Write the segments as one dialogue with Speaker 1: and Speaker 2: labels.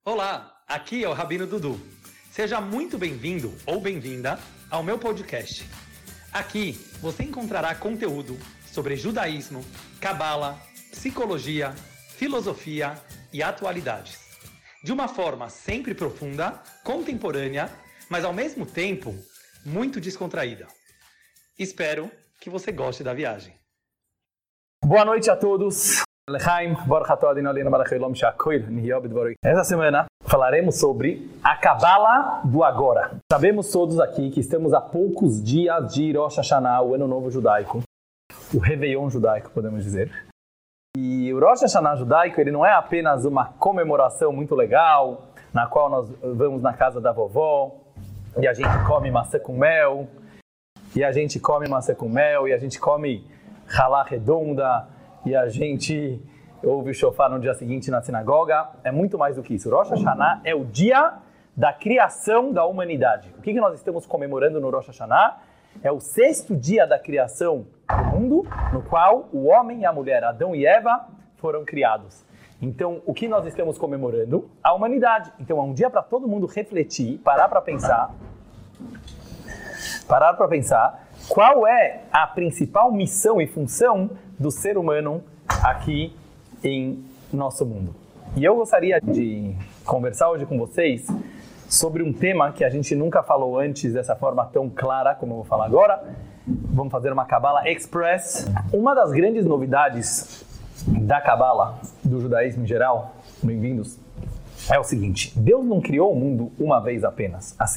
Speaker 1: Olá, aqui é o Rabino Dudu. Seja muito bem-vindo ou bem-vinda ao meu podcast. Aqui você encontrará conteúdo sobre judaísmo, cabala, psicologia, filosofia e atualidades. De uma forma sempre profunda, contemporânea, mas ao mesmo tempo muito descontraída. Espero que você goste da viagem.
Speaker 2: Boa noite a todos. Essa semana falaremos sobre a Cabala do agora. Sabemos todos aqui que estamos a poucos dias de Rosh Hashanah, o Ano Novo Judaico, o Réveillon judaico, podemos dizer. E o Rosh Hashanah judaico, ele não é apenas uma comemoração muito legal, na qual nós vamos na casa da vovó, e a gente come maçã com mel, e a gente come ralá redonda, e a gente ouve o shofar no dia seguinte na sinagoga. É muito mais do que isso. Rosh Hashanah é o dia da criação da humanidade. O que nós estamos comemorando no Rosh Hashanah? É o 6º dia da criação do mundo, no qual o homem e a mulher, Adão e Eva, foram criados. Então, o que nós estamos comemorando? A humanidade. Então, é um dia para todo mundo refletir, parar para pensar qual é a principal missão e função do ser humano aqui em nosso mundo. E eu gostaria de conversar hoje com vocês sobre um tema que a gente nunca falou antes dessa forma tão clara como eu vou falar agora. Vamos fazer uma Kabbalah Express. Uma das grandes novidades da Kabbalah, do judaísmo em geral, bem-vindos, é o seguinte: Deus não criou o mundo uma vez apenas, há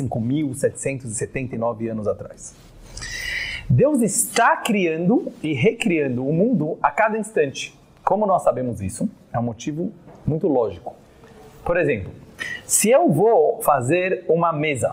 Speaker 2: 5.779 anos atrás. Deus está criando e recriando o mundo a cada instante. Como nós sabemos isso? É um motivo muito lógico. Por exemplo, se eu vou fazer uma mesa,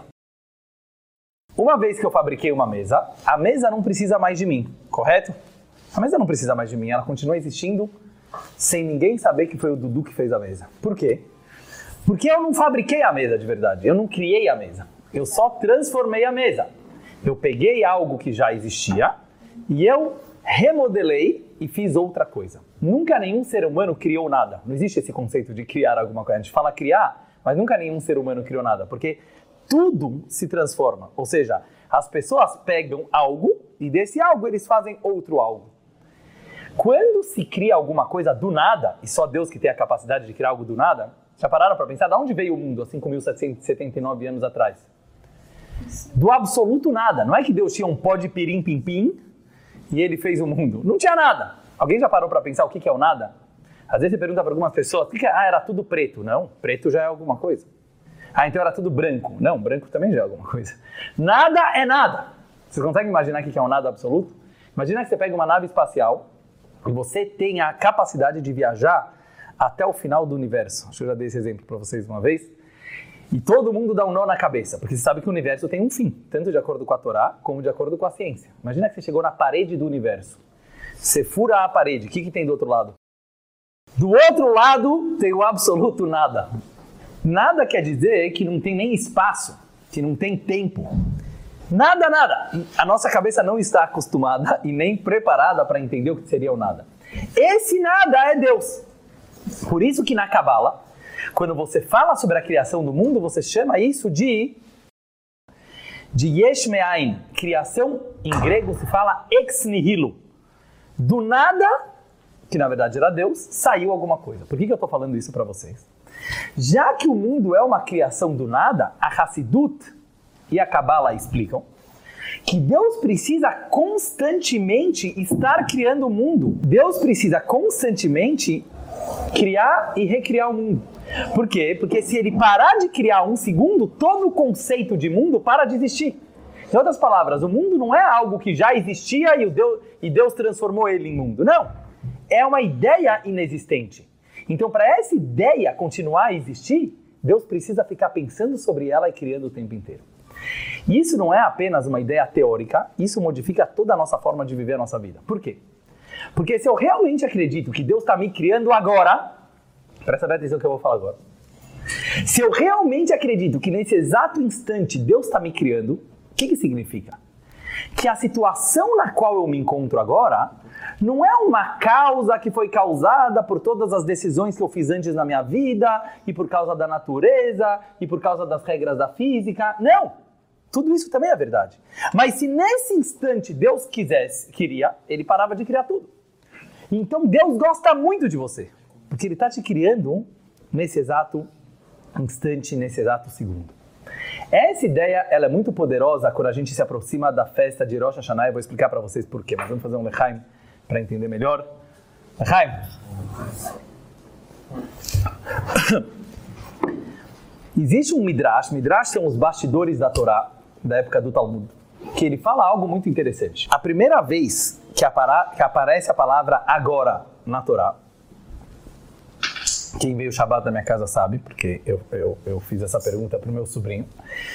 Speaker 2: uma vez que eu fabriquei uma mesa, a mesa não precisa mais de mim, correto? A mesa não precisa mais de mim, ela continua existindo sem ninguém saber que foi o Dudu que fez a mesa. Por quê? Porque eu não fabriquei a mesa de verdade, eu não criei a mesa, eu só transformei a mesa. Eu peguei algo que já existia e eu remodelei e fiz outra coisa. Nunca nenhum ser humano criou nada. Não existe esse conceito de criar alguma coisa. A gente fala criar, mas nunca nenhum ser humano criou nada, porque tudo se transforma. Ou seja, as pessoas pegam algo e desse algo eles fazem outro algo. Quando se cria alguma coisa do nada, e só Deus que tem a capacidade de criar algo do nada, já pararam para pensar de onde veio o mundo há 5.779 anos atrás? Do absoluto nada. Não é que Deus tinha um pó de pirim-pim-pim e ele fez o mundo. Não tinha nada. Alguém já parou para pensar o que é o nada? Às vezes você pergunta para algumas pessoas, o que é? Ah, era tudo preto. Não, preto já é alguma coisa. Ah, então era tudo branco. Não, branco também já é alguma coisa. Nada é nada. Você consegue imaginar o que é um nada absoluto? Imagina que você pega uma nave espacial e você tem a capacidade de viajar até o final do universo. Acho que eu já dei esse exemplo para vocês uma vez. E todo mundo dá um nó na cabeça, porque você sabe que o universo tem um fim, tanto de acordo com a Torá, como de acordo com a ciência. Imagina que você chegou na parede do universo. Você fura a parede, o que tem do outro lado? Do outro lado tem o absoluto nada. Nada quer dizer que não tem nem espaço, que não tem tempo. Nada, nada. A nossa cabeça não está acostumada e nem preparada para entender o que seria o nada. Esse nada é Deus. Por isso que na Kabbalah, quando você fala sobre a criação do mundo, você chama isso de Yesh Me'ain. Criação, em grego, se fala ex nihilo. Do nada, que na verdade era Deus, saiu alguma coisa. Por que eu estou falando isso para vocês? Já que o mundo é uma criação do nada, a Hassidut e a Kabbalah explicam que Deus precisa constantemente estar criando o mundo. Deus precisa constantemente criar e recriar o mundo. Por quê? Porque se ele parar de criar um segundo, todo o conceito de mundo para de existir. Em outras palavras, o mundo não é algo que já existia e Deus transformou ele em mundo. Não. É uma ideia inexistente. Então, para essa ideia continuar a existir, Deus precisa ficar pensando sobre ela e criando o tempo inteiro. E isso não é apenas uma ideia teórica, isso modifica toda a nossa forma de viver a nossa vida. Por quê? Porque se eu realmente acredito que Deus está me criando agora, presta bem atenção no que eu vou falar agora. Se eu realmente acredito que nesse exato instante Deus está me criando, o que significa? Que a situação na qual eu me encontro agora Não é uma causa que foi causada por todas as decisões que eu fiz antes na minha vida, e por causa da natureza, e por causa das regras da física. Não! Tudo isso também é verdade. Mas se nesse instante Deus queria, ele parava de criar tudo. Então Deus gosta muito de você, porque ele está te criando nesse exato instante, nesse exato segundo. Essa ideia ela é muito poderosa quando a gente se aproxima da festa de Rosh Hashanah. Eu vou explicar para vocês por quê, mas vamos fazer um lechaim para entender melhor. Lechaim. Existe um Midrash. Midrash são os bastidores da Torá, da época do Talmud, que ele fala algo muito interessante. A primeira vez que aparece a palavra agora na Torá, quem veio o Shabbat da minha casa sabe, porque eu fiz essa pergunta para o meu sobrinho.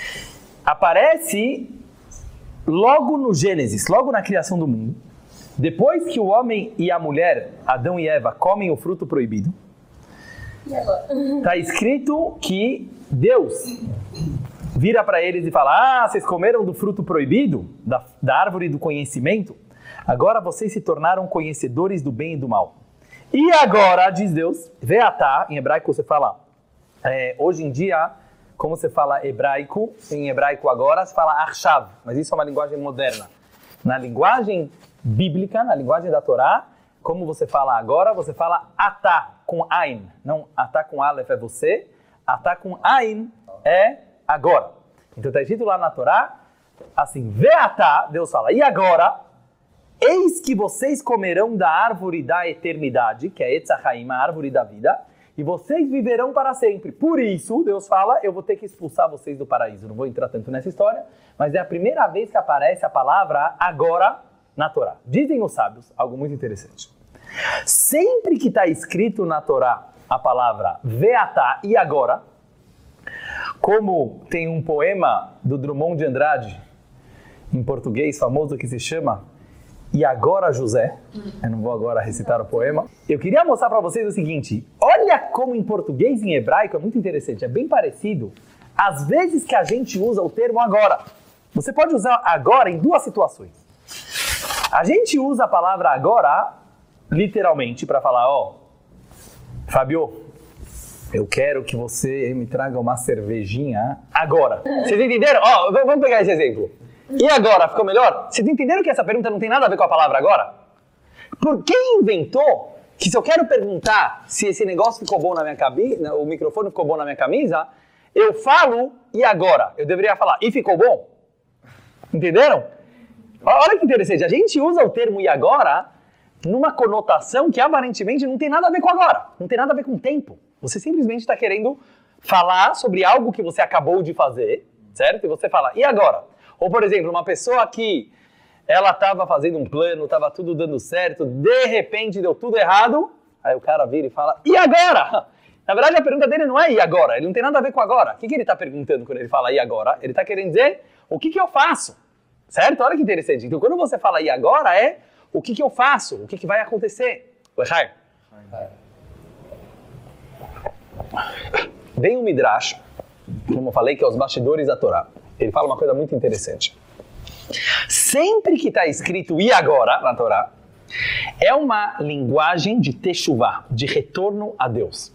Speaker 2: Aparece logo no Gênesis, logo na criação do mundo. Depois que o homem e a mulher, Adão e Eva, comem o fruto proibido, está escrito que Deus vira para eles e fala: vocês comeram do fruto proibido, da árvore do conhecimento, agora vocês se tornaram conhecedores do bem e do mal. E agora, diz Deus, veatá, em hebraico você fala, hoje em dia, como você fala hebraico, em hebraico agora, você fala arshav, mas isso é uma linguagem moderna. Na linguagem bíblica, na linguagem da Torá, como você fala agora, você fala atá, com ain. Não atá com aleph é você, atá com ain é agora. Então está escrito lá na Torá, assim, veatá, Deus fala, e agora... Eis que vocês comerão da árvore da eternidade, que é Etz HaChaim, a árvore da vida, e vocês viverão para sempre. Por isso, Deus fala, eu vou ter que expulsar vocês do paraíso. Não vou entrar tanto nessa história, mas é a primeira vez que aparece a palavra agora na Torá. Dizem os sábios algo muito interessante. Sempre que está escrito na Torá a palavra veatá e agora, como tem um poema do Drummond de Andrade, em português famoso, que se chama E Agora José, eu não vou agora recitar o poema, eu queria mostrar para vocês o seguinte, olha como em português e em hebraico é muito interessante, é bem parecido, às vezes que a gente usa o termo agora. Você pode usar agora em duas situações. A gente usa a palavra agora, literalmente, para falar, Fábio, eu quero que você me traga uma cervejinha agora. Vocês entenderam? Vamos pegar esse exemplo. E agora, ficou melhor? Vocês entenderam que essa pergunta não tem nada a ver com a palavra agora? Por quem inventou que se eu quero perguntar se esse negócio ficou bom na minha camisa, o microfone ficou bom na minha camisa, eu falo e agora? Eu deveria falar, e ficou bom? Entenderam? Olha que interessante, a gente usa o termo e agora numa conotação que aparentemente não tem nada a ver com agora, não tem nada a ver com tempo. Você simplesmente está querendo falar sobre algo que você acabou de fazer, certo? E você fala, e agora? Ou, por exemplo, uma pessoa que ela estava fazendo um plano, estava tudo dando certo, de repente deu tudo errado, aí o cara vira e fala, e agora? Na verdade, a pergunta dele não é e agora, ele não tem nada a ver com agora. O que ele está perguntando quando ele fala e agora? Ele está querendo dizer, o que eu faço? Certo? Olha que interessante. Então, quando você fala e agora, é o que eu faço? O que vai acontecer? Vem um Midrash, como eu falei, que é os bastidores da Torá. Ele fala uma coisa muito interessante. Sempre que está escrito e agora na Torá, é uma linguagem de teshuvah, de retorno a Deus.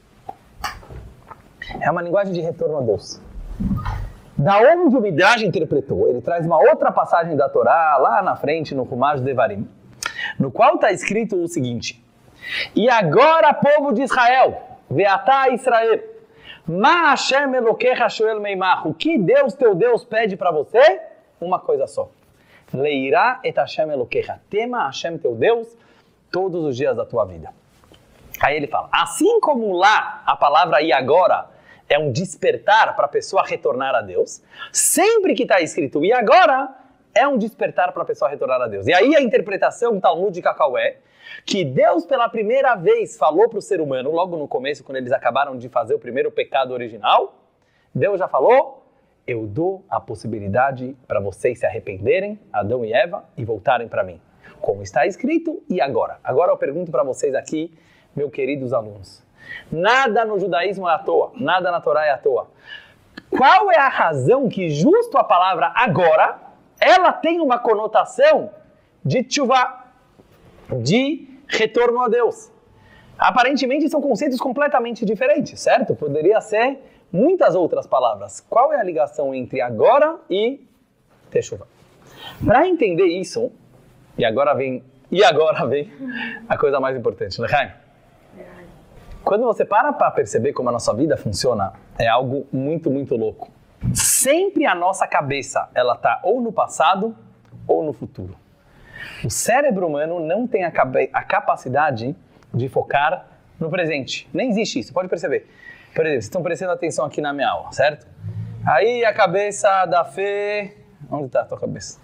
Speaker 2: É uma linguagem de retorno a Deus. Da onde o Midrash interpretou, ele traz uma outra passagem da Torá, lá na frente, no Humash Devarim, no qual está escrito o seguinte, e agora, povo de Israel, veatá Israel, ma Hashem Elokecha shoel meimach, o que Deus, teu Deus, pede para você? Uma coisa só. Leirá et Hashem Elokecha, tema Hashem, teu Deus, todos os dias da tua vida. Aí ele fala, assim como lá a palavra e agora é um despertar para a pessoa retornar a Deus, sempre que está escrito e agora é um despertar para a pessoa retornar a Deus. E aí a interpretação talmúdica qual é? Que Deus pela primeira vez falou para o ser humano, logo no começo, quando eles acabaram de fazer o primeiro pecado original, Deus já falou, eu dou a possibilidade para vocês se arrependerem, Adão e Eva, e voltarem para mim. Como está escrito, e agora? Agora eu pergunto para vocês aqui, meus queridos alunos, nada no judaísmo é à toa, nada na Torá é à toa. Qual é a razão que justo a palavra agora, ela tem uma conotação de tchuvá? de retorno a Deus. Aparentemente são conceitos completamente diferentes, certo? Poderia ser muitas outras palavras. Qual é a ligação entre agora e Teshuvah? Para entender isso, e agora vem a coisa mais importante, Lechaim. Quando você para perceber como a nossa vida funciona, é algo muito, muito louco. Sempre a nossa cabeça, ela está ou no passado ou no futuro. O cérebro humano não tem a capacidade de focar no presente. Nem existe isso, pode perceber. Por exemplo, vocês estão prestando atenção aqui na minha aula, certo? Aí a cabeça da Fê... Onde está a tua cabeça?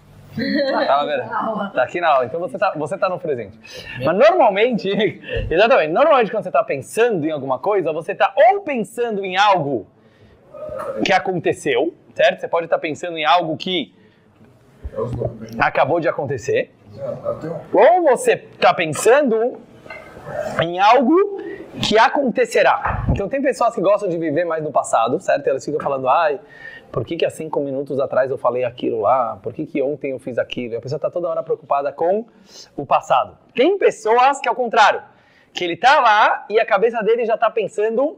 Speaker 2: Tá aqui na aula, então você tá no presente. Mas normalmente, exatamente, quando você está pensando em alguma coisa, você está ou pensando em algo que aconteceu, certo? Você pode estar pensando em algo que acabou de acontecer, ou você está pensando em algo que acontecerá. Então tem pessoas que gostam de viver mais no passado, certo? Elas ficam falando, por que há 5 minutos atrás eu falei aquilo lá? Por que ontem eu fiz aquilo? E a pessoa está toda hora preocupada com o passado. Tem pessoas que é o contrário, que ele está lá e a cabeça dele já está pensando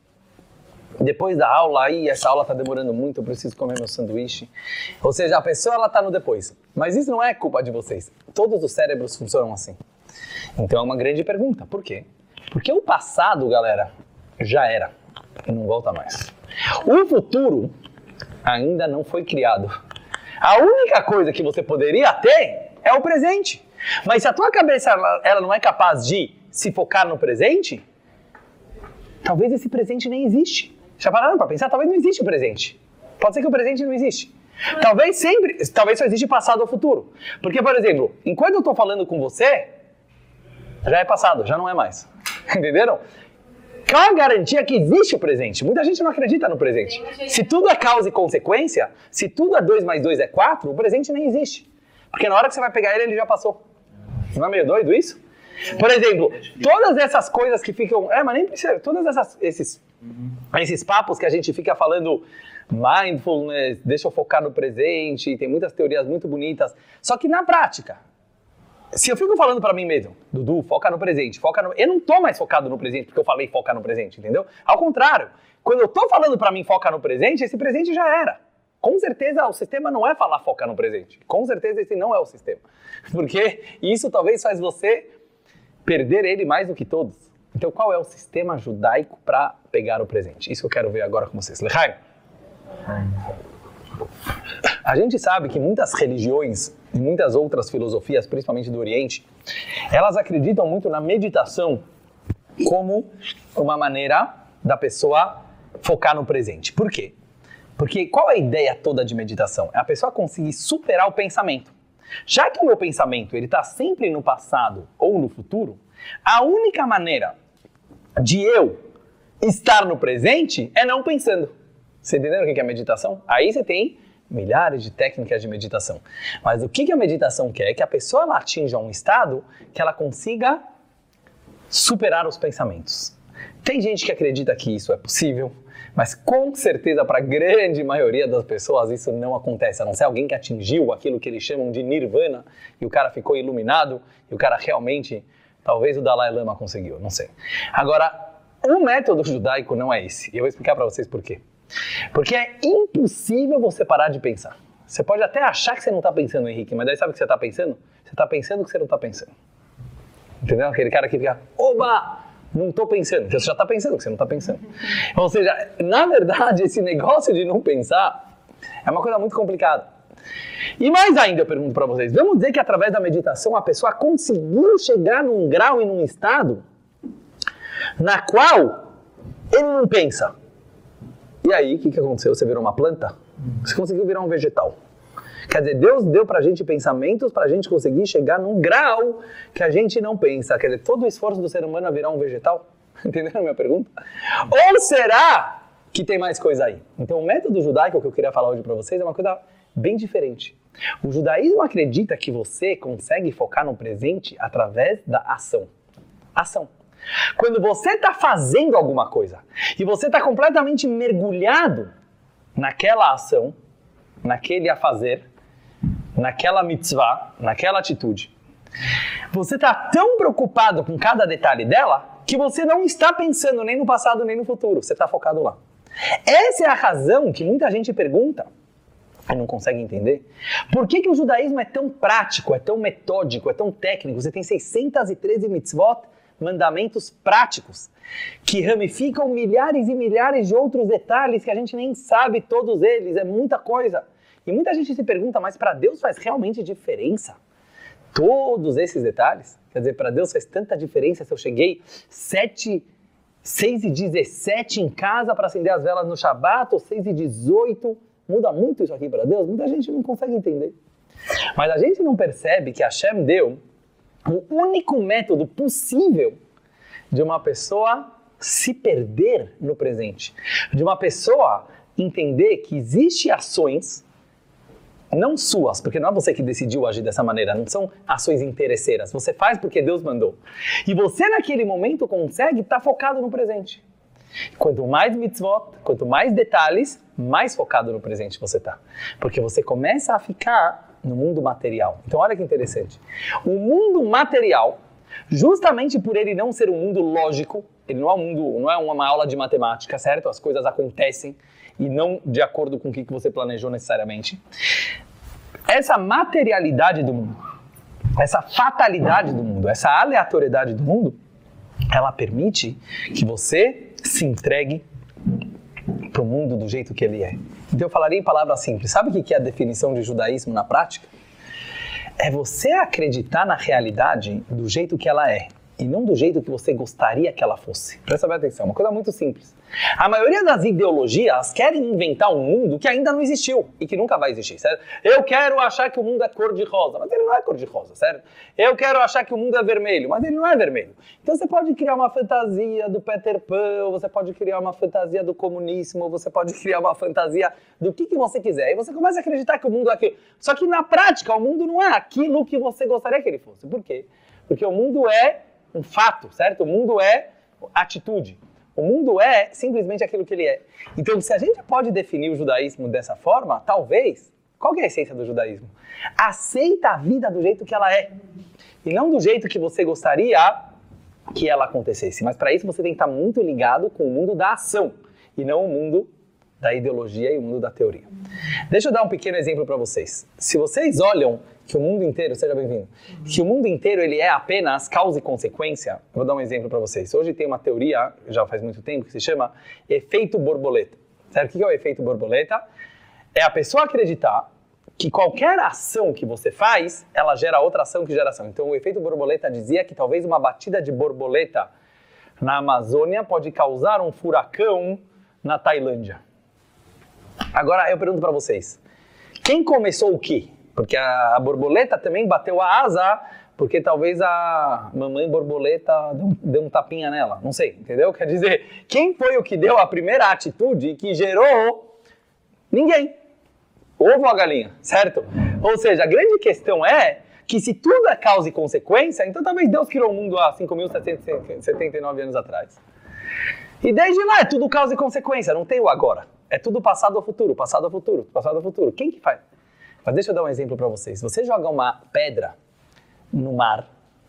Speaker 2: depois da aula, aí essa aula está demorando muito, eu preciso comer meu sanduíche. Ou seja, a pessoa ela está no depois. Mas isso não é culpa de vocês. Todos os cérebros funcionam assim. Então é uma grande pergunta. Por quê? Porque o passado, galera, já era e não volta mais. O futuro ainda não foi criado. A única coisa que você poderia ter é o presente. Mas se a tua cabeça ela não é capaz de se focar no presente, talvez esse presente nem existe. Já pararam para pensar? Talvez não existe o presente. Pode ser que o presente não existe. Talvez só existe passado ou futuro. Porque, por exemplo, enquanto eu estou falando com você, já é passado, já não é mais. Entenderam? Qual a garantia que existe o presente? Muita gente não acredita no presente. Se tudo é causa e consequência, se tudo é 2 mais 2 é 4, o presente nem existe. Porque na hora que você vai pegar ele já passou. Não é meio doido isso? Por exemplo, todas essas coisas que ficam... mas nem precisa... Todos esses papos que a gente fica falando... Mindfulness, deixa eu focar no presente, tem muitas teorias muito bonitas. Só que na prática, se eu fico falando pra mim mesmo, Dudu, foca no presente, eu não tô mais focado no presente porque eu falei foca no presente, entendeu? Ao contrário, quando eu tô falando pra mim foca no presente, esse presente já era. Com certeza o sistema não é falar foca no presente. Com certeza esse não é o sistema. Porque isso talvez faz você perder ele mais do que todos. Então qual é o sistema judaico para pegar o presente? Isso que eu quero ver agora com vocês. Lechaim. A gente sabe que muitas religiões e muitas outras filosofias, principalmente do Oriente, elas acreditam muito na meditação como uma maneira da pessoa focar no presente. Por quê? Porque qual é a ideia toda de meditação? É a pessoa conseguir superar o pensamento. Já que o meu pensamento está sempre no passado ou no futuro, a única maneira de eu estar no presente é não pensando. Você entendeu o que é meditação? Aí você tem milhares de técnicas de meditação. Mas o que a meditação quer? É que a pessoa ela atinja um estado que ela consiga superar os pensamentos. Tem gente que acredita que isso é possível, mas com certeza para a grande maioria das pessoas isso não acontece. A não ser alguém que atingiu aquilo que eles chamam de nirvana e o cara ficou iluminado e o cara realmente, talvez o Dalai Lama conseguiu, não sei. Agora, o método judaico não é esse. E eu vou explicar para vocês por quê. Porque é impossível você parar de pensar. Você pode até achar que você não está pensando, Henrique, mas daí sabe o que você está pensando? Você está pensando o que você não está pensando. Entendeu? Aquele cara que fica, oba, não estou pensando. Você já está pensando o que você não está pensando. Ou seja, na verdade, esse negócio de não pensar é uma coisa muito complicada. E mais ainda eu pergunto para vocês, vamos dizer que através da meditação a pessoa conseguiu chegar num grau e num estado na qual ele não pensa. E aí, o que aconteceu? Você virou uma planta? Você conseguiu virar um vegetal. Quer dizer, Deus deu pra gente pensamentos pra gente conseguir chegar num grau que a gente não pensa. Quer dizer, todo o esforço do ser humano é virar um vegetal? Entenderam a minha pergunta? Ou será que tem mais coisa aí? Então, o método judaico que eu queria falar hoje pra vocês é uma coisa bem diferente. O judaísmo acredita que você consegue focar no presente através da ação. Ação. Quando você está fazendo alguma coisa e você está completamente mergulhado naquela ação, naquele a fazer, naquela mitzvah, naquela atitude, Você está tão preocupado com cada detalhe dela que você não está pensando nem no passado nem no futuro. Você está focado lá. Essa é a razão que muita gente pergunta e não consegue entender. Por que o judaísmo é tão prático, é tão metódico, é tão técnico? Você tem 613 mitzvot, mandamentos práticos, que ramificam milhares e milhares de outros detalhes que a gente nem sabe todos eles. É muita coisa. E muita gente se pergunta, mas para Deus faz realmente diferença todos esses detalhes? Quer dizer, para Deus faz tanta diferença se eu cheguei 6h17 em casa para acender as velas no Shabat, ou 6h18, muda muito isso aqui para Deus? Muita gente não consegue entender. Mas a gente não percebe que Hashem deu o único método possível de uma pessoa se perder no presente. De uma pessoa entender que existem ações não suas, porque não é você que decidiu agir dessa maneira, não são ações interesseiras, você faz porque Deus mandou. E você naquele momento consegue estar focado no presente. Quanto mais mitzvot, quanto mais detalhes, mais focado no presente você está. Porque você começa a ficar no mundo material. Então olha que interessante. O mundo material, justamente por ele não ser um mundo lógico, ele não é uma aula de matemática, certo? As coisas acontecem e não de acordo com o que você planejou necessariamente. Essa materialidade do mundo, essa fatalidade do mundo, essa aleatoriedade do mundo, ela permite que você se entregue para o mundo do jeito que ele é. Então eu falaria em palavras simples. Sabe o que é a definição de judaísmo na prática? É você acreditar na realidade do jeito que ela é e não do jeito que você gostaria que ela fosse. Presta bem atenção, uma coisa muito simples. A maioria das ideologias querem inventar um mundo que ainda não existiu e que nunca vai existir, certo? Eu quero achar que o mundo é cor-de-rosa, mas ele não é cor-de-rosa, certo? Eu quero achar que o mundo é vermelho, mas ele não é vermelho. Então você pode criar uma fantasia do Peter Pan, você pode criar uma fantasia do comunismo, você pode criar uma fantasia do que você quiser. E você começa a acreditar que o mundo é aquilo. Só que na prática o mundo não é aquilo que você gostaria que ele fosse. Por quê? Porque o mundo é um fato, certo? O mundo é atitude. O mundo é simplesmente aquilo que ele é. Então, se a gente pode definir o judaísmo dessa forma, talvez, qual que é a essência do judaísmo? Aceita a vida do jeito que ela é. E não do jeito que você gostaria que ela acontecesse. Mas para isso você tem que estar muito ligado com o mundo da ação e não o mundo da ideologia e o mundo da teoria. Deixa eu dar um pequeno exemplo para vocês. Se vocês olham que o mundo inteiro, seja bem-vindo, que o mundo inteiro ele é apenas causa e consequência, eu vou dar um exemplo para vocês. Hoje tem uma teoria, já faz muito tempo, que se chama efeito borboleta. Certo? O que é o efeito borboleta? É a pessoa acreditar que qualquer ação que você faz, ela gera outra ação que gera ação. Então o efeito borboleta dizia que talvez uma batida de borboleta na Amazônia pode causar um furacão na Tailândia. Agora eu pergunto para vocês, quem começou o quê? Porque a borboleta também bateu a asa, porque talvez a mamãe borboleta deu um tapinha nela, não sei, entendeu? Quer dizer, quem foi o que deu a primeira atitude que gerou? Ninguém. Ovo ou a galinha, certo? Ou seja, a grande questão é que se tudo é causa e consequência, então talvez Deus criou o mundo há 5.779 anos atrás. E desde lá é tudo causa e consequência, não tem o agora. É tudo passado ao futuro, passado ao futuro, passado ao futuro. Quem que faz? Mas deixa eu dar um exemplo para vocês. Se você joga uma pedra no mar,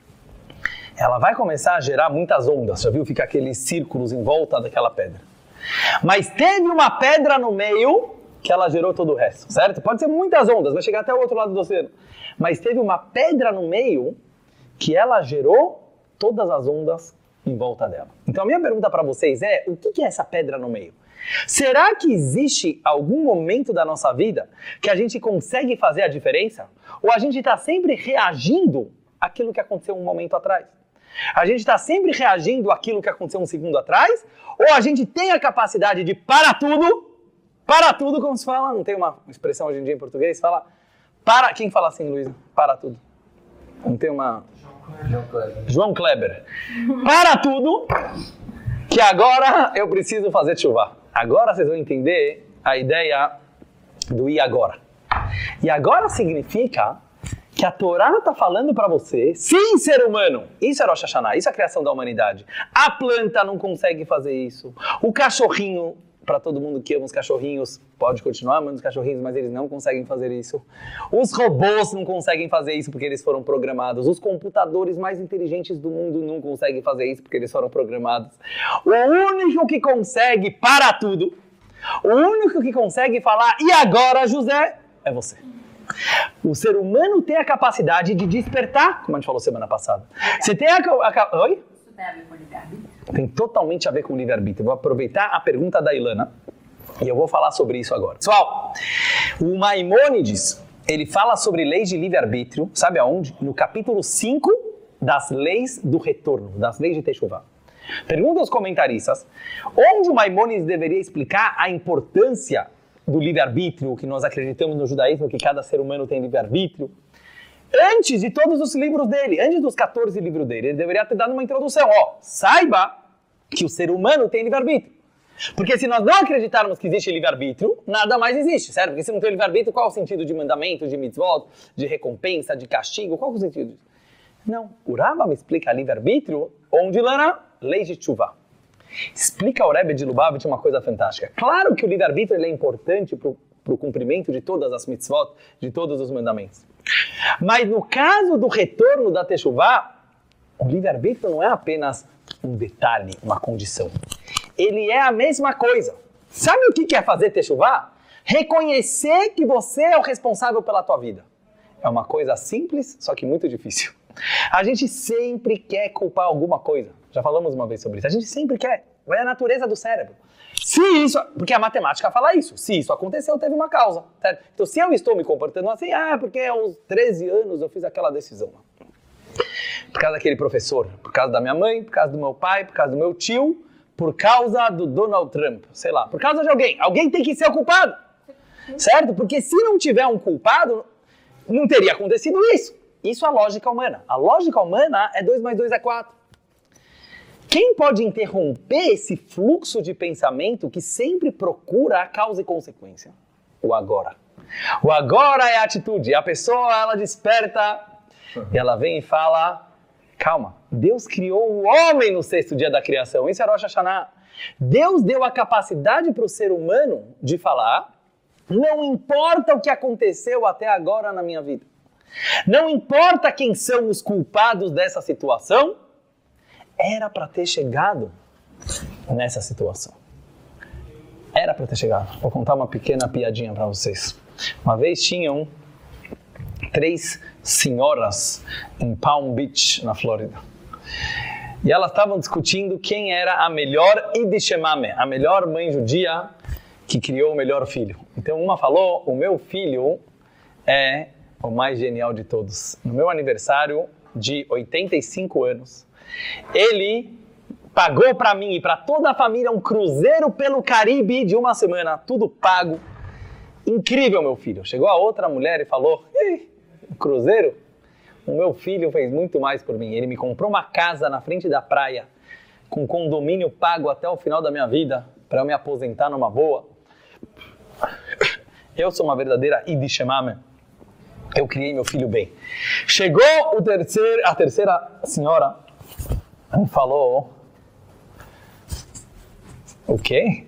Speaker 2: ela vai começar a gerar muitas ondas. Já viu? Fica aqueles círculos em volta daquela pedra. Mas teve uma pedra no meio que ela gerou todo o resto, certo? Pode ser muitas ondas, vai chegar até o outro lado do oceano. Mas teve uma pedra no meio que ela gerou todas as ondas em volta dela. Então a minha pergunta para vocês é, o que é essa pedra no meio? Será que existe algum momento da nossa vida que a gente consegue fazer a diferença? Ou a gente está sempre reagindo àquilo que aconteceu um momento atrás? A gente está sempre reagindo àquilo que aconteceu um segundo atrás? Ou a gente tem a capacidade de parar tudo, como se fala, não tem uma expressão hoje em dia em português, fala, para, quem fala assim, Luiz? Para tudo. Não tem uma... João Kleber. Para tudo, que agora eu preciso fazer chuva. Agora vocês vão entender a ideia do e agora. E agora significa que a Torá está falando para você, sim, ser humano, isso é Rosh Hashanah, isso é a criação da humanidade. A planta não consegue fazer isso, o cachorrinho para todo mundo que ama os cachorrinhos, pode continuar amando os cachorrinhos, mas eles não conseguem fazer isso. Os robôs não conseguem fazer isso porque eles foram programados. Os computadores mais inteligentes do mundo não conseguem fazer isso porque eles foram programados. O único que consegue parar tudo, o único que consegue falar, e agora, José, é você. O ser humano tem a capacidade de despertar, como a gente falou semana passada. Você tem Oi? Isso tem a ver com livre-arbítrio? Tem totalmente a ver com livre-arbítrio. Vou aproveitar a pergunta da Ilana e eu vou falar sobre isso agora. Pessoal, o Maimônides, ele fala sobre leis de livre-arbítrio, sabe aonde? No capítulo 5 das leis do retorno, das leis de Teshuvá. Pergunta aos comentaristas, onde o Maimônides deveria explicar a importância do livre-arbítrio, que nós acreditamos no judaísmo, que cada ser humano tem livre-arbítrio, antes de todos os livros dele, antes dos 14 livros dele, ele deveria ter dado uma introdução. Saiba que o ser humano tem livre-arbítrio. Porque se nós não acreditarmos que existe livre-arbítrio, nada mais existe, certo? Porque se não tem livre-arbítrio, qual é o sentido de mandamento, de mitzvot, de recompensa, de castigo? Qual é o sentido disso? Não, o Rava me explica livre-arbítrio, onde Lana, lei de Teshuvá. Explica ao Rebbe de Lubavitch uma coisa fantástica. Claro que o livre-arbítrio ele é importante para o cumprimento de todas as mitzvot, de todos os mandamentos. Mas no caso do retorno da Teshuvá, o livre-arbítrio não é apenas um detalhe, uma condição. Ele é a mesma coisa. Sabe o que é fazer Teshuvá? Reconhecer que você é o responsável pela tua vida. É uma coisa simples, só que muito difícil. A gente sempre quer culpar alguma coisa. Já falamos uma vez sobre isso. A gente sempre quer. É a natureza do cérebro. Se isso, porque a matemática fala isso. Se isso aconteceu, teve uma causa. Certo? Então, se eu estou me comportando assim, porque aos 13 anos eu fiz aquela decisão. Por causa daquele professor, por causa da minha mãe, por causa do meu pai, por causa do meu tio, por causa do Donald Trump, sei lá. Por causa de alguém. Alguém tem que ser o culpado. Certo? Porque se não tiver um culpado, não teria acontecido isso. Isso é a lógica humana. A lógica humana é 2 mais 2 é 4. Quem pode interromper esse fluxo de pensamento que sempre procura a causa e consequência? O agora. O agora é a atitude. A pessoa, ela desperta e ela vem e fala, calma, Deus criou o homem no 6º dia da criação. Isso é Rosh Hashanah. Deus deu a capacidade para o ser humano de falar, não importa o que aconteceu até agora na minha vida. Não importa quem são os culpados dessa situação, era para ter chegado nessa situação. Era para ter chegado. Vou contar uma pequena piadinha para vocês. Uma vez tinham 3 senhoras em Palm Beach, na Flórida. E elas estavam discutindo quem era a melhor Ibishemame, a melhor mãe judia que criou o melhor filho. Então uma falou, o meu filho é o mais genial de todos. No meu aniversário de 85 anos, ele pagou para mim e para toda a família um cruzeiro pelo Caribe de 1 semana, tudo pago. Incrível, meu filho. Chegou a outra mulher e falou, um cruzeiro? O meu filho fez muito mais por mim. Ele me comprou uma casa na frente da praia, com condomínio pago até o final da minha vida, para eu me aposentar numa boa. Eu sou uma verdadeira Ibishemame. Eu criei meu filho bem. Chegou a terceira senhora e falou, o quê?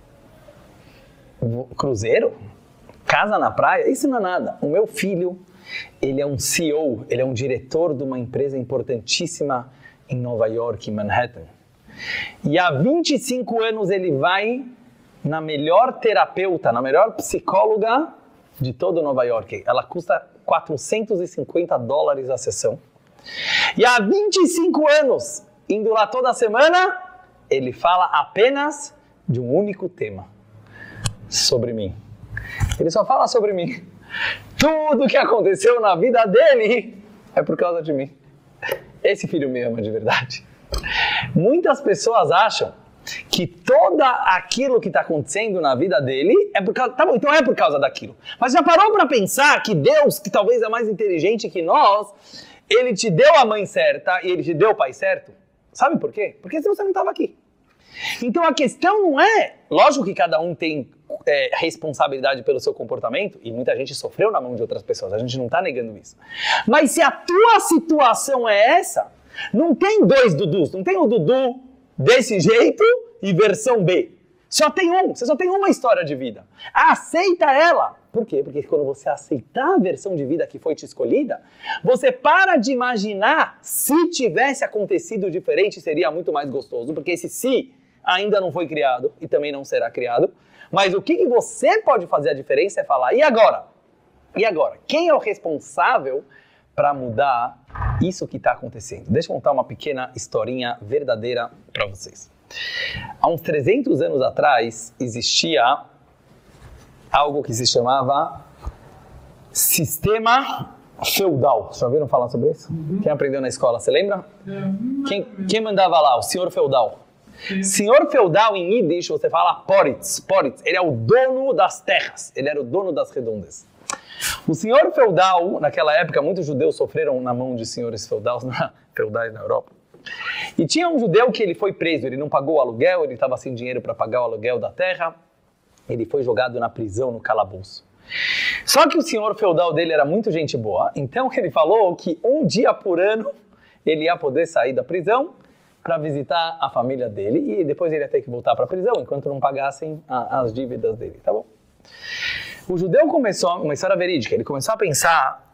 Speaker 2: Cruzeiro? Casa na praia? Isso não é nada. O meu filho, ele é um CEO, ele é um diretor de uma empresa importantíssima em Nova York, em Manhattan. E há 25 anos ele vai na melhor terapeuta, na melhor psicóloga de todo Nova York. Ela custa $450 a sessão. E há 25 anos, indo lá toda semana, ele fala apenas de um único tema. Sobre mim. Ele só fala sobre mim. Tudo que aconteceu na vida dele é por causa de mim. Esse filho me ama de verdade. Muitas pessoas acham que todo aquilo que está acontecendo na vida dele é por causa... Tá bom, então é por causa daquilo. Mas já parou para pensar que Deus, que talvez é mais inteligente que nós, ele te deu a mãe certa e ele te deu o pai certo? Sabe por quê? Porque senão você não estava aqui. Então a questão não é... Lógico que cada um tem responsabilidade pelo seu comportamento e muita gente sofreu na mão de outras pessoas. A gente não está negando isso. Mas se a tua situação é essa, não tem 2 Dudus. Não tem o Dudu desse jeito e versão B. Você só tem uma história de vida. Aceita ela. Por quê? Porque quando você aceitar a versão de vida que foi te escolhida, você para de imaginar se tivesse acontecido diferente, seria muito mais gostoso. Porque esse se ainda não foi criado e também não será criado. Mas o que você pode fazer a diferença é falar, e agora? E agora? Quem é o responsável para mudar isso que está acontecendo? Deixa eu contar uma pequena historinha verdadeira para vocês. Há uns 300 anos atrás, existia algo que se chamava sistema feudal. Vocês já ouviram falar sobre isso? Quem aprendeu na escola, você lembra? Quem mandava lá? O senhor feudal. Senhor feudal em Yiddish, você fala Poritz. Ele é o dono das terras. Ele era o dono das redondas. O senhor feudal, naquela época, muitos judeus sofreram na mão de senhores feudais na Europa. E tinha um judeu que ele foi preso, ele não pagou o aluguel, ele estava sem dinheiro para pagar o aluguel da terra, ele foi jogado na prisão, no calabouço. Só que o senhor feudal dele era muito gente boa, então ele falou que um dia por ano ele ia poder sair da prisão para visitar a família dele e depois ele ia ter que voltar para a prisão enquanto não pagassem as dívidas dele, tá bom? O judeu começou, uma história verídica, ele começou a pensar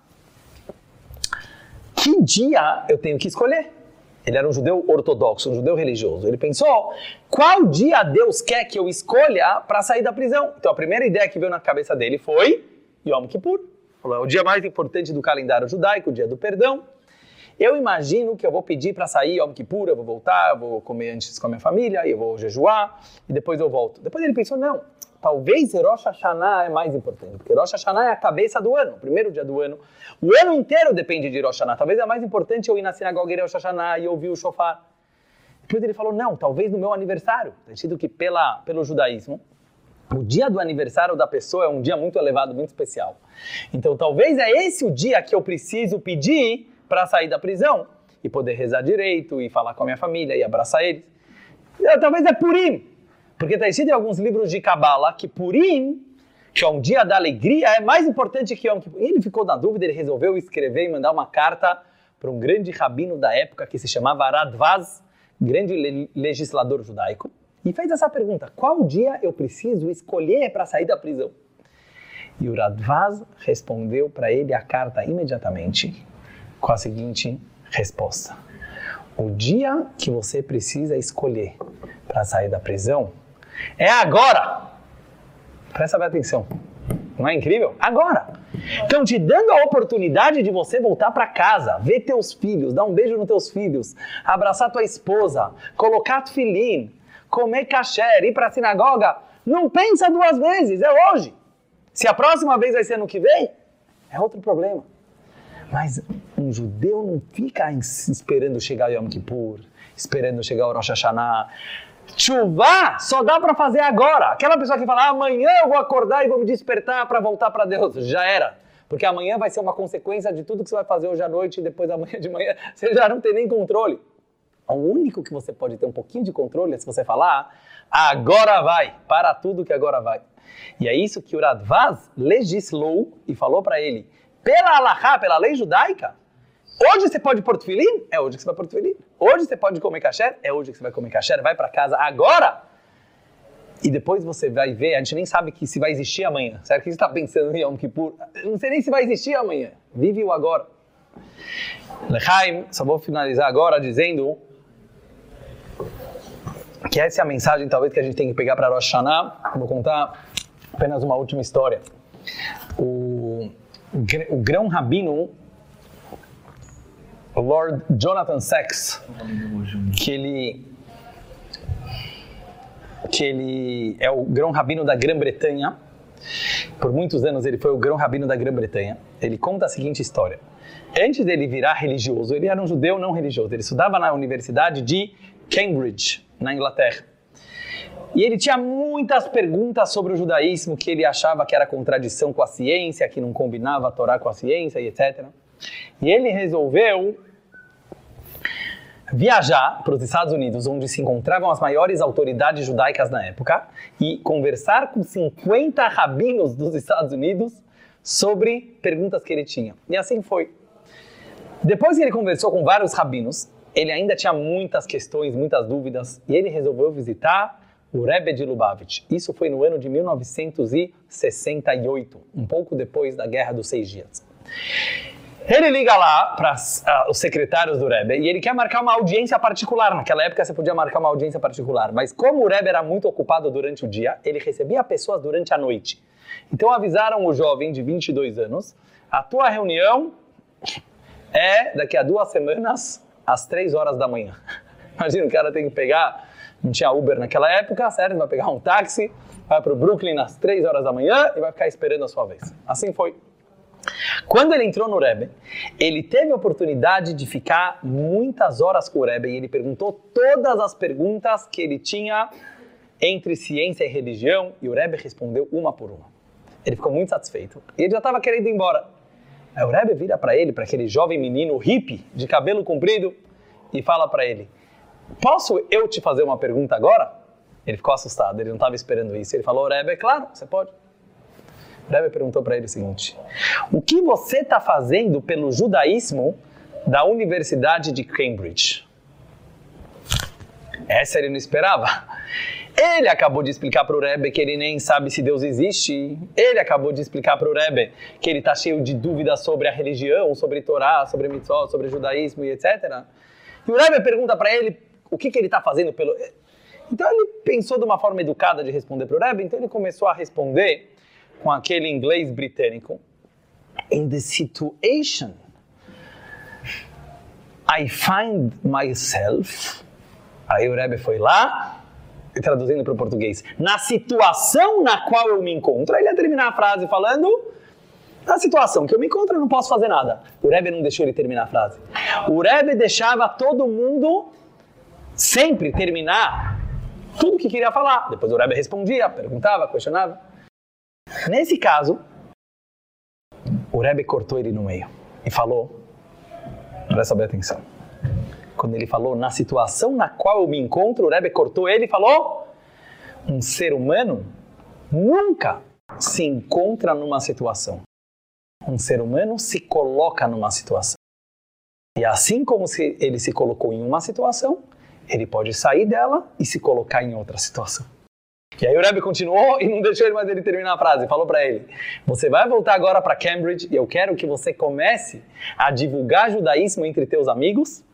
Speaker 2: que dia eu tenho que escolher. Ele era um judeu ortodoxo, um judeu religioso. Ele pensou, qual dia Deus quer que eu escolha para sair da prisão? Então a primeira ideia que veio na cabeça dele foi Yom Kippur. Falou, é o dia mais importante do calendário judaico, o dia do perdão. Eu imagino que eu vou pedir para sair Yom Kippur, eu vou voltar, eu vou comer antes com a minha família, eu vou jejuar e depois eu volto. Depois ele pensou, não, talvez Rosh Hashanah é mais importante, porque Rosh Hashanah é a cabeça do ano, o primeiro dia do ano. O ano inteiro depende de Rosh Hashanah. Talvez é mais importante eu ir na sinagoga em Rosh Hashanah e ouvir o shofar. Depois ele falou, não, talvez no meu aniversário. Tem sido que pelo judaísmo, o dia do aniversário da pessoa é um dia muito elevado, muito especial. Então talvez é esse o dia que eu preciso pedir para sair da prisão e poder rezar direito e falar com a minha família e abraçar eles. Talvez é Purim. Porque está escrito em alguns livros de Kabbalah que Purim, que é um dia da alegria, é mais importante que Yom Kippur. E ele ficou na dúvida, ele resolveu escrever e mandar uma carta para um grande rabino da época que se chamava Radvaz, grande legislador judaico, e fez essa pergunta, qual dia eu preciso escolher para sair da prisão? E o Radvaz respondeu para ele a carta imediatamente com a seguinte resposta. O dia que você precisa escolher para sair da prisão é agora! Presta bem atenção. Não é incrível? Agora! Estão te dando a oportunidade de você voltar para casa, ver teus filhos, dar um beijo nos teus filhos, abraçar tua esposa, colocar tefilim, comer kasher, ir para a sinagoga. Não pensa duas vezes, é hoje. Se a próxima vez vai ser ano que vem, é outro problema. Mas um judeu não fica esperando chegar Yom Kippur, esperando chegar o Rosh Hashanah. Tchuvá só dá para fazer agora. Aquela pessoa que fala, amanhã eu vou acordar e vou me despertar para voltar para Deus. Já era. Porque amanhã vai ser uma consequência de tudo que você vai fazer hoje à noite e depois amanhã de manhã. Você já não tem nem controle. O único que você pode ter um pouquinho de controle é se você falar, agora vai. Para tudo que agora vai. E é isso que o Radvaz legislou e falou para ele. Pela halachá, pela lei judaica, hoje você pode pôr tefilim? É hoje que você vai pôr tefilim. Hoje você pode comer kasher? É hoje que você vai comer kasher. Vai para casa agora. E depois você vai ver, a gente nem sabe se vai existir amanhã. Será que você está pensando em Yom Kippur? Não sei nem se vai existir amanhã. Vive o agora. Lechaim, só vou finalizar agora dizendo que essa é a mensagem talvez que a gente tem que pegar para Rosh Hashanah. Vou contar apenas uma última história. O grão-rabino Lord Jonathan Sacks, que ele é o grão-rabino da Grã-Bretanha. Por muitos anos ele foi o grão-rabino da Grã-Bretanha. Ele conta a seguinte história. Antes dele virar religioso, ele era um judeu não religioso. Ele estudava na Universidade de Cambridge, na Inglaterra. E ele tinha muitas perguntas sobre o judaísmo que ele achava que era contradição com a ciência, que não combinava a Torá com a ciência e etc. E ele resolveu viajar para os Estados Unidos, onde se encontravam as maiores autoridades judaicas na época, e conversar com 50 rabinos dos Estados Unidos sobre perguntas que ele tinha. E assim foi. Depois que ele conversou com vários rabinos, ele ainda tinha muitas questões, muitas dúvidas, e ele resolveu visitar o Rebbe de Lubavitch. Isso foi no ano de 1968, um pouco depois da Guerra dos 6 Dias. Ele liga lá para os secretários do Rebbe e ele quer marcar uma audiência particular. Naquela época você podia marcar uma audiência particular, mas como o Rebbe era muito ocupado durante o dia, ele recebia pessoas durante a noite. Então avisaram o jovem de 22 anos, a tua reunião é daqui a 2 semanas, às 3 horas da manhã. Imagina, o cara tem que pegar, não tinha Uber naquela época, certo? Vai pegar um táxi, vai para o Brooklyn às 3 horas da manhã e vai ficar esperando a sua vez. Assim foi. Quando ele entrou no Rebbe, ele teve a oportunidade de ficar muitas horas com o Rebbe e ele perguntou todas as perguntas que ele tinha entre ciência e religião e o Rebbe respondeu uma por uma. Ele ficou muito satisfeito e ele já estava querendo ir embora. Aí o Rebbe vira para ele, para aquele jovem menino hippie de cabelo comprido e fala para ele: posso eu te fazer uma pergunta agora? Ele ficou assustado, ele não estava esperando isso. Ele falou: Rebbe, claro, você pode. O Rebbe perguntou para ele o seguinte: o que você está fazendo pelo judaísmo da Universidade de Cambridge? Essa ele não esperava. Ele acabou de explicar para o Rebbe que ele nem sabe se Deus existe. Ele acabou de explicar para o Rebbe que ele está cheio de dúvidas sobre a religião, sobre Torá, sobre mitzvot, sobre judaísmo e etc. E o Rebbe pergunta para ele o que ele está fazendo pelo... Então ele pensou de uma forma educada de responder para o Rebbe, então ele começou a responder com aquele inglês britânico. In the situation I find myself... Aí o Rebbe foi lá, traduzindo para o português, na situação na qual eu me encontro. Aí ele ia terminar a frase falando, na situação que eu me encontro eu não posso fazer nada. O Rebbe não deixou ele terminar a frase. O Rebbe deixava todo mundo sempre terminar tudo o que queria falar. Depois o Rebbe respondia, perguntava, questionava. Nesse caso, o Rebbe cortou ele no meio e falou, presta bem atenção. Quando ele falou, na situação na qual eu me encontro, o Rebbe cortou ele e falou, um ser humano nunca se encontra numa situação. Um ser humano se coloca numa situação. E assim como ele se colocou em uma situação, ele pode sair dela e se colocar em outra situação. E aí o Rebbe continuou e não deixou ele mais ele terminar a frase. Falou para ele, você vai voltar agora para Cambridge e eu quero que você comece a divulgar judaísmo entre teus amigos.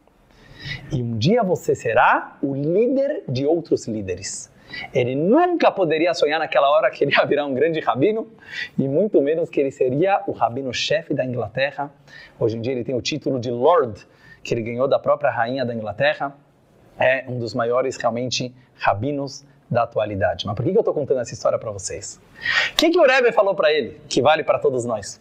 Speaker 2: E um dia você será o líder de outros líderes. Ele nunca poderia sonhar naquela hora que ele ia virar um grande rabino, e muito menos que ele seria o rabino-chefe da Inglaterra. Hoje em dia ele tem o título de Lord, que ele ganhou da própria rainha da Inglaterra. É um dos maiores, realmente, rabinos da atualidade. Mas por que eu estou contando essa história para vocês? O que o Rebbe falou para ele, que vale para todos nós?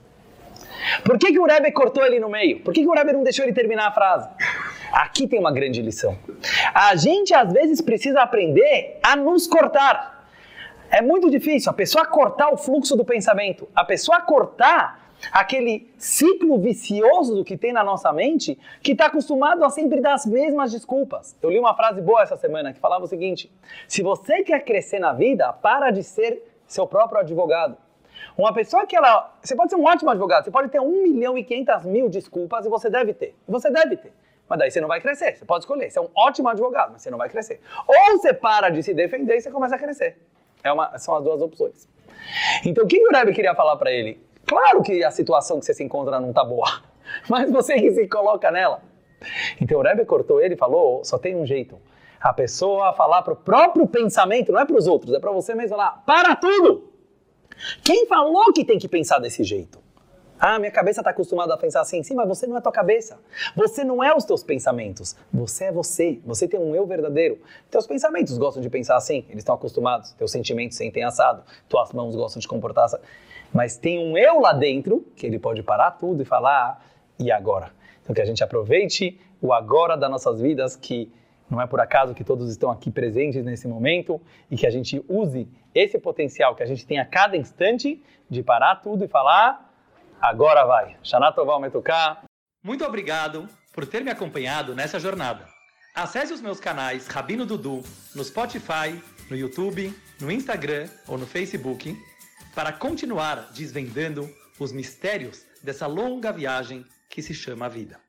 Speaker 2: Por que o Rebbe cortou ele no meio? Por que o Rebbe não deixou ele terminar a frase? Aqui tem uma grande lição. A gente às vezes precisa aprender a nos cortar. É muito difícil a pessoa cortar o fluxo do pensamento. A pessoa cortar aquele ciclo vicioso do que tem na nossa mente, que está acostumado a sempre dar as mesmas desculpas. Eu li uma frase boa essa semana que falava o seguinte: se você quer crescer na vida, para de ser seu próprio advogado. Uma pessoa que você pode ser um ótimo advogado, você pode ter 1.500.000 desculpas e você deve ter. Você deve ter. Mas daí você não vai crescer. Você pode escolher. Você é um ótimo advogado, mas você não vai crescer. Ou você para de se defender e você começa a crescer. São as duas opções. Então o que o Rebbe queria falar para ele? Claro que a situação que você se encontra não está boa, mas você que se coloca nela. Então o Rebbe cortou ele e falou, só tem um jeito. A pessoa falar para o próprio pensamento, não é para os outros, é para você mesmo lá. Para tudo! Quem falou que tem que pensar desse jeito? Ah, minha cabeça está acostumada a pensar assim. Sim, mas você não é a tua cabeça. Você não é os teus pensamentos. Você é você. Você tem um eu verdadeiro. Teus pensamentos gostam de pensar assim. Eles estão acostumados. Teus sentimentos sentem assado. Tuas mãos gostam de comportar assim. Mas tem um eu lá dentro que ele pode parar tudo e falar, e agora? Então que a gente aproveite o agora das nossas vidas, que não é por acaso que todos estão aqui presentes nesse momento, e que a gente use esse potencial que a gente tem a cada instante de parar tudo e falar, agora vai. Shana Tová Umetuká.
Speaker 1: Muito obrigado por ter me acompanhado nessa jornada. Acesse os meus canais Rabino Dudu no Spotify, no YouTube, no Instagram ou no Facebook para continuar desvendando os mistérios dessa longa viagem que se chama vida.